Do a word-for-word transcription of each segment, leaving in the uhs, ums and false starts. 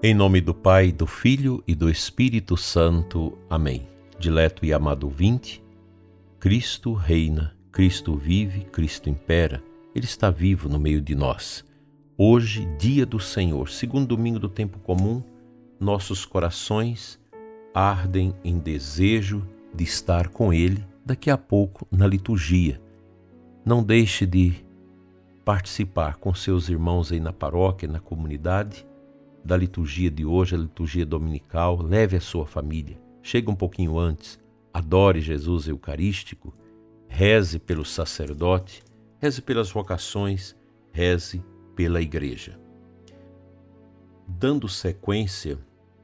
Em nome do Pai, do Filho e do Espírito Santo. Amém. Dileto e amado ouvinte, Cristo reina, Cristo vive, Cristo impera. Ele está vivo no meio de nós. Hoje, dia do Senhor, segundo domingo do tempo comum, nossos corações ardem em desejo de estar com Ele daqui a pouco na liturgia. Não deixe de participar com seus irmãos aí na paróquia, na comunidade, da liturgia de hoje, a liturgia dominical. Leve a sua família, chegue um pouquinho antes, adore Jesus Eucarístico, reze pelo sacerdote, reze pelas vocações, reze pela igreja. Dando sequência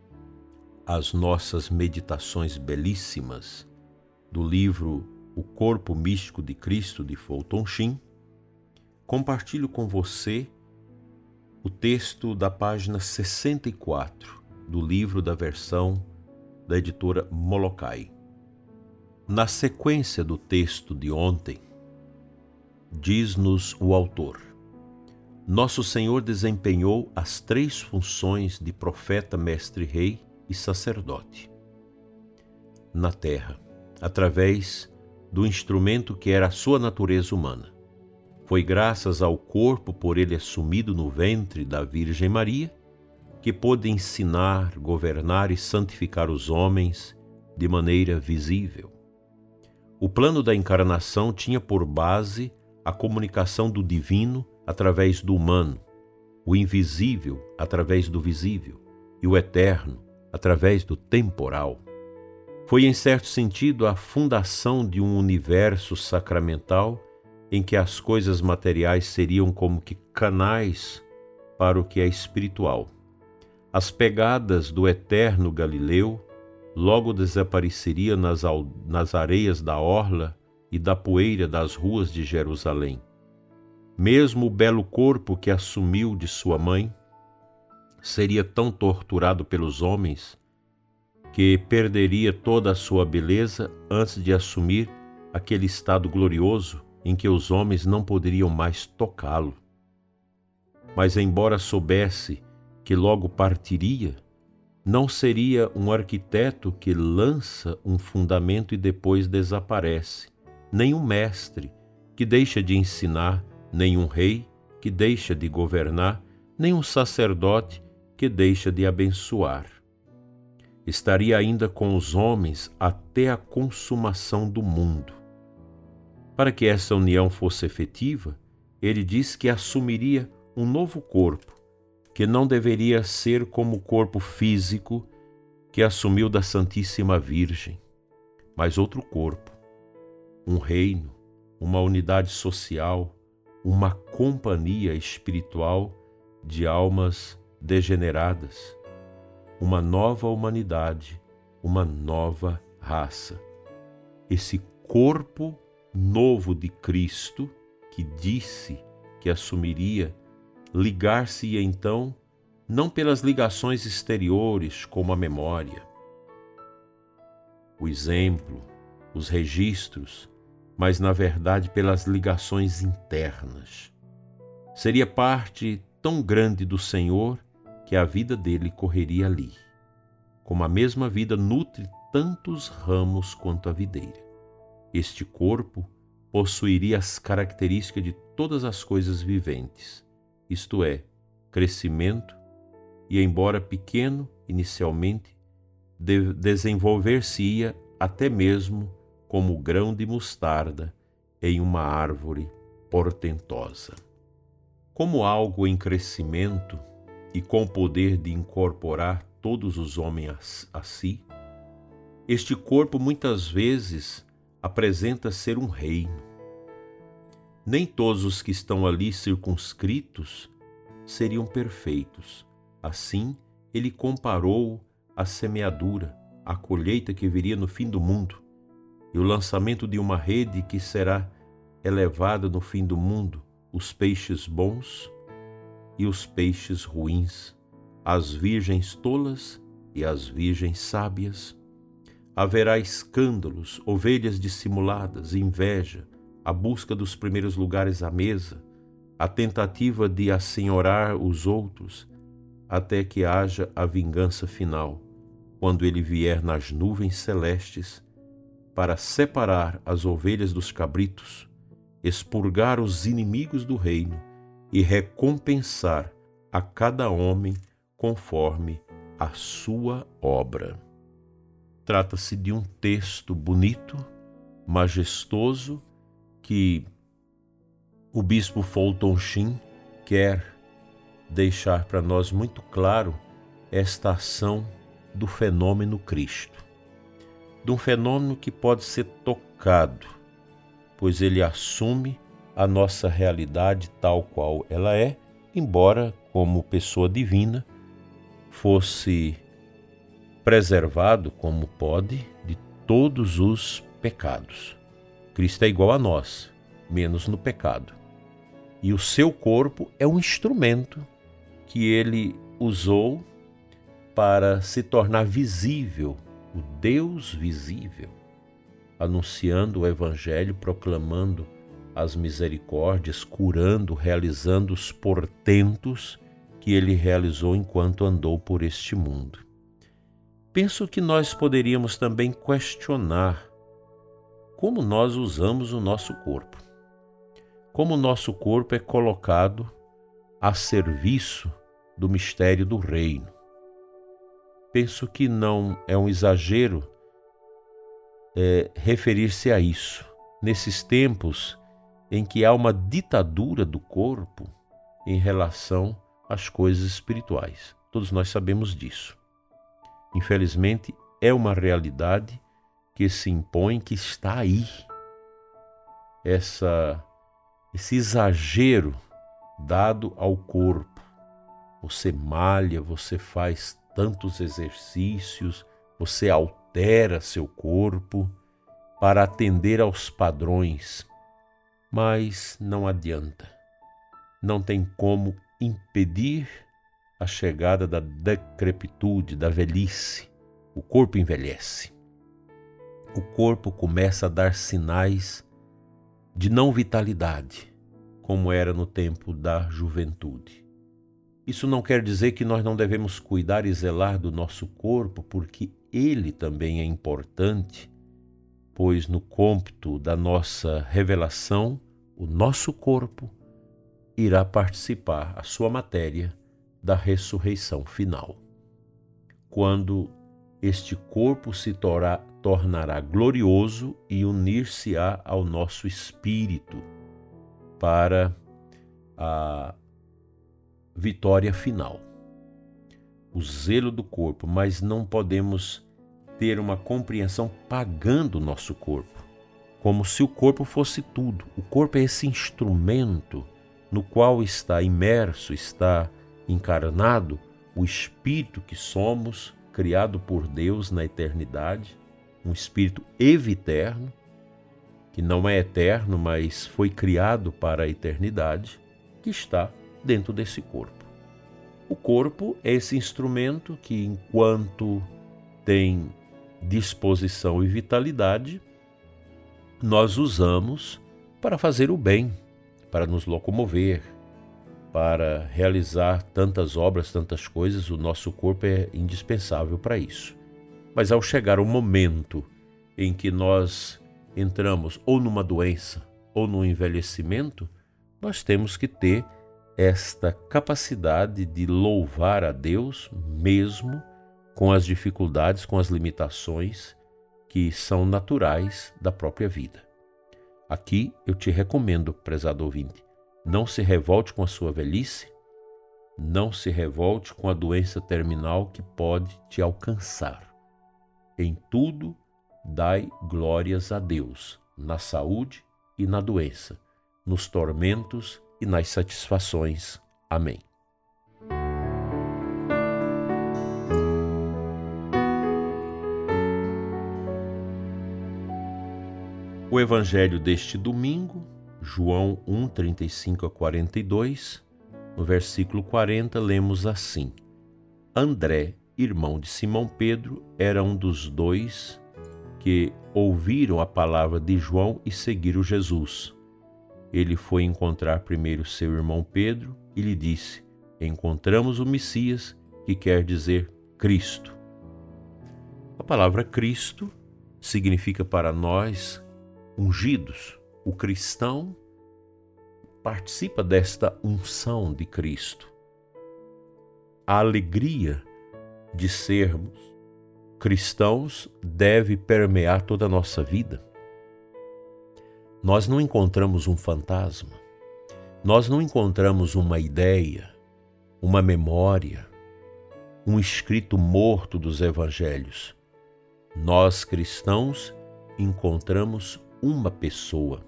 às nossas meditações belíssimas do livro O Corpo Místico de Cristo, de Fulton Sheen, compartilho com você o texto da página sessenta e quatro do livro da versão da editora Molokai. Na sequência do texto de ontem, diz-nos o autor: Nosso Senhor desempenhou as três funções de profeta, mestre, rei e sacerdote na terra, através do instrumento que era a sua natureza humana. Foi graças ao corpo por ele assumido no ventre da Virgem Maria que pôde ensinar, governar e santificar os homens de maneira visível. O plano da encarnação tinha por base a comunicação do divino através do humano, o invisível através do visível e o eterno através do temporal. Foi, em certo sentido, a fundação de um universo sacramental em que as coisas materiais seriam como que canais para o que é espiritual. As pegadas do eterno Galileu logo desapareceriam nas, nas areias da orla e da poeira das ruas de Jerusalém. Mesmo o belo corpo que assumiu de sua mãe seria tão torturado pelos homens que perderia toda a sua beleza antes de assumir aquele estado glorioso em que os homens não poderiam mais tocá-lo. Mas, embora soubesse que logo partiria, não seria um arquiteto que lança um fundamento e depois desaparece, nem um mestre que deixa de ensinar, nem um rei que deixa de governar, nem um sacerdote que deixa de abençoar. Estaria ainda com os homens até a consumação do mundo. Para que essa união fosse efetiva, ele diz que assumiria um novo corpo, que não deveria ser como o corpo físico que assumiu da Santíssima Virgem, mas outro corpo, um reino, uma unidade social, uma companhia espiritual de almas degeneradas, uma nova humanidade, uma nova raça. Esse corpo novo de Cristo, que disse que assumiria, ligar-se-ia então não pelas ligações exteriores como a memória, o exemplo, os registros, mas na verdade pelas ligações internas. Seria parte tão grande do Senhor que a vida dele correria ali, como a mesma vida nutre tantos ramos quanto a videira. Este corpo possuiria as características de todas as coisas viventes, isto é, crescimento e, embora pequeno inicialmente, de desenvolver-se-ia até mesmo como o grão de mostarda em uma árvore portentosa. Como algo em crescimento e com o poder de incorporar todos os homens a, a si, este corpo muitas vezes apresenta ser um reino. Nem todos os que estão ali circunscritos seriam perfeitos. Assim, ele comparou a semeadura, a colheita que viria no fim do mundo, e o lançamento de uma rede que será elevada no fim do mundo, os peixes bons e os peixes ruins, as virgens tolas e as virgens sábias. Haverá escândalos, ovelhas dissimuladas, inveja, a busca dos primeiros lugares à mesa, a tentativa de assenhorar os outros, até que haja a vingança final, quando ele vier nas nuvens celestes, para separar as ovelhas dos cabritos, expurgar os inimigos do reino e recompensar a cada homem conforme a sua obra. Trata-se de um texto bonito, majestoso, que o bispo Fulton Sheen quer deixar para nós muito claro esta ação do fenômeno Cristo. De um fenômeno que pode ser tocado, pois ele assume a nossa realidade tal qual ela é, embora, como pessoa divina, fosse preservado, como pode, de todos os pecados. Cristo é igual a nós, menos no pecado. E o seu corpo é um instrumento que ele usou para se tornar visível, o Deus visível, anunciando o Evangelho, proclamando as misericórdias, curando, realizando os portentos que ele realizou enquanto andou por este mundo. Penso que nós poderíamos também questionar como nós usamos o nosso corpo, como o nosso corpo é colocado a serviço do mistério do reino. Penso que não é um exagero é, referir-se a isso, nesses tempos em que há uma ditadura do corpo em relação às coisas espirituais. Todos nós sabemos disso. Infelizmente, é uma realidade que se impõe, que está aí. Essa, esse exagero dado ao corpo. Você malha, você faz tantos exercícios, você altera seu corpo para atender aos padrões, mas não adianta. Não tem como impedir a chegada da decrepitude, da velhice. O corpo envelhece. O corpo começa a dar sinais de não vitalidade, como era no tempo da juventude. Isso não quer dizer que nós não devemos cuidar e zelar do nosso corpo, porque ele também é importante, pois no cômputo da nossa revelação, o nosso corpo irá participar, a sua matéria, da ressurreição final. Quando este corpo se torá, tornará glorioso e unir-se-á ao nosso espírito para a vitória final. O zelo do corpo, mas não podemos ter uma compreensão pagando o nosso corpo, como se o corpo fosse tudo. O corpo é esse instrumento no qual está imerso, está encarnado o espírito que somos, criado por Deus na eternidade, um espírito eviterno, que não é eterno, mas foi criado para a eternidade, que está dentro desse corpo. O corpo é esse instrumento que, enquanto tem disposição e vitalidade, nós usamos para fazer o bem, para nos locomover, para realizar tantas obras, tantas coisas. O nosso corpo é indispensável para isso. Mas ao chegar o momento em que nós entramos ou numa doença ou no envelhecimento, nós temos que ter esta capacidade de louvar a Deus mesmo com as dificuldades, com as limitações que são naturais da própria vida. Aqui eu te recomendo, prezado ouvinte, não se revolte com a sua velhice, não se revolte com a doença terminal que pode te alcançar. Em tudo, dai glórias a Deus, na saúde e na doença, nos tormentos e nas satisfações. Amém. O evangelho deste domingo, João um, trinta e cinco a quarenta e dois, no versículo quarenta, lemos assim: André, irmão de Simão Pedro, era um dos dois que ouviram a palavra de João e seguiram Jesus. Ele foi encontrar primeiro seu irmão Pedro e lhe disse: Encontramos o Messias, que quer dizer Cristo. A palavra Cristo significa para nós ungidos. O cristão participa desta unção de Cristo. A alegria de sermos cristãos deve permear toda a nossa vida. Nós não encontramos um fantasma, nós não encontramos uma ideia, uma memória, um escrito morto dos evangelhos. Nós cristãos encontramos uma pessoa,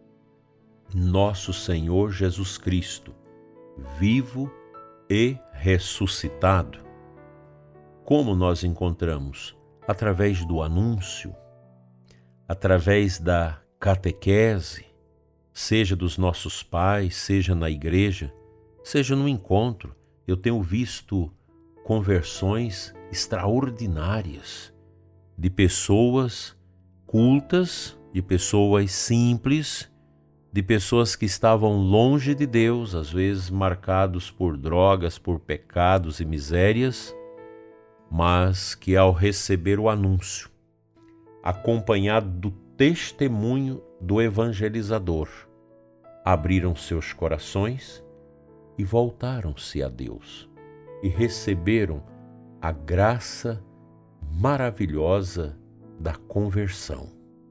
nosso Senhor Jesus Cristo, vivo e ressuscitado. Como nós encontramos? Através do anúncio, através da catequese, seja dos nossos pais, seja na igreja, seja no encontro. Eu tenho visto conversões extraordinárias de pessoas cultas, de pessoas simples, de pessoas que estavam longe de Deus, às vezes marcados por drogas, por pecados e misérias, mas que ao receber o anúncio, acompanhado do testemunho do evangelizador, abriram seus corações e voltaram-se a Deus e receberam a graça maravilhosa da conversão.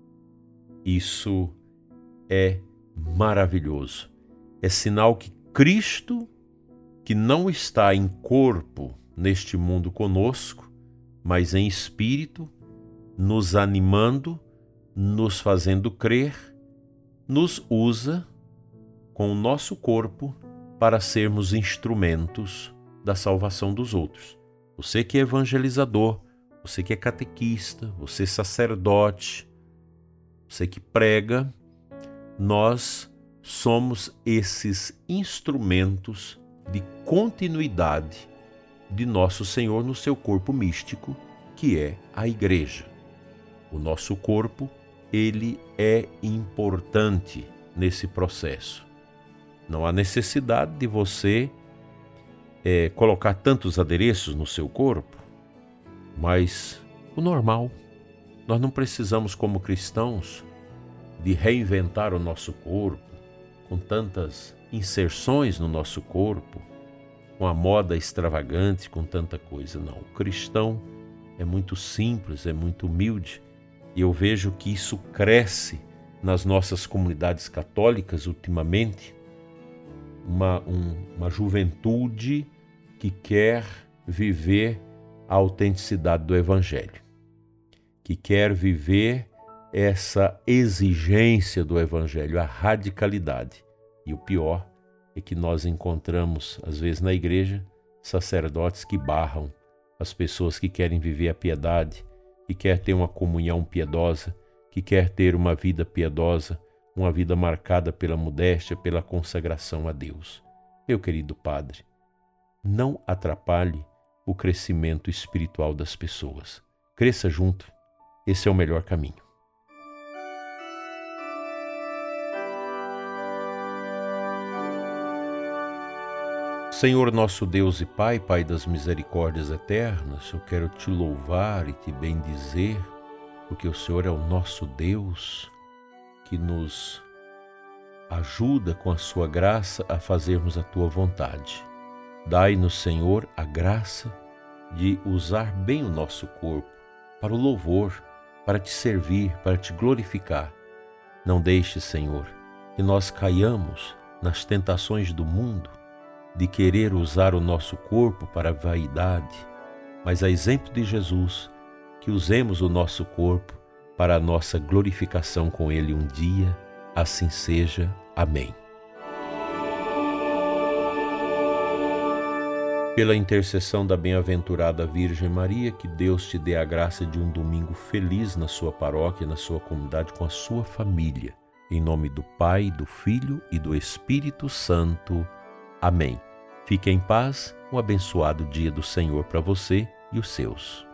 Isso é maravilhoso. É sinal que Cristo, que não está em corpo neste mundo conosco, mas em espírito, nos animando, nos fazendo crer, nos usa com o nosso corpo para sermos instrumentos da salvação dos outros. Você que é evangelizador, você que é catequista, você sacerdote, você que prega, nós somos esses instrumentos de continuidade de nosso Senhor no seu corpo místico, que é a igreja. O nosso corpo, ele é importante nesse processo. Não há necessidade de você é, colocar tantos adereços no seu corpo, mas o normal. Nós não precisamos, como cristãos, de reinventar o nosso corpo com tantas inserções no nosso corpo, com a moda extravagante, com tanta coisa. Não, o cristão é muito simples, é muito humilde, e eu vejo que isso cresce nas nossas comunidades católicas ultimamente, uma, um, uma juventude que quer viver a autenticidade do Evangelho, que quer viver essa exigência do Evangelho, a radicalidade. E o pior é que nós encontramos, às vezes na igreja, sacerdotes que barram as pessoas que querem viver a piedade, que quer ter uma comunhão piedosa, que quer ter uma vida piedosa, uma vida marcada pela modéstia, pela consagração a Deus. Meu querido Padre, não atrapalhe o crescimento espiritual das pessoas. Cresça junto, esse é o melhor caminho. Senhor nosso Deus e Pai, Pai das misericórdias eternas, eu quero te louvar e te bendizer, porque o Senhor é o nosso Deus, que nos ajuda com a sua graça a fazermos a tua vontade. Dai-nos, Senhor, a graça de usar bem o nosso corpo para o louvor, para te servir, para te glorificar. Não deixe, Senhor, que nós caiamos nas tentações do mundo, de querer usar o nosso corpo para a vaidade, mas a exemplo de Jesus, que usemos o nosso corpo para a nossa glorificação com Ele um dia, assim seja. Amém. Pela intercessão da bem-aventurada Virgem Maria, que Deus te dê a graça de um domingo feliz na sua paróquia, na sua comunidade, com a sua família. Em nome do Pai, do Filho e do Espírito Santo. Amém. Fique em paz, um abençoado dia do Senhor para você e os seus.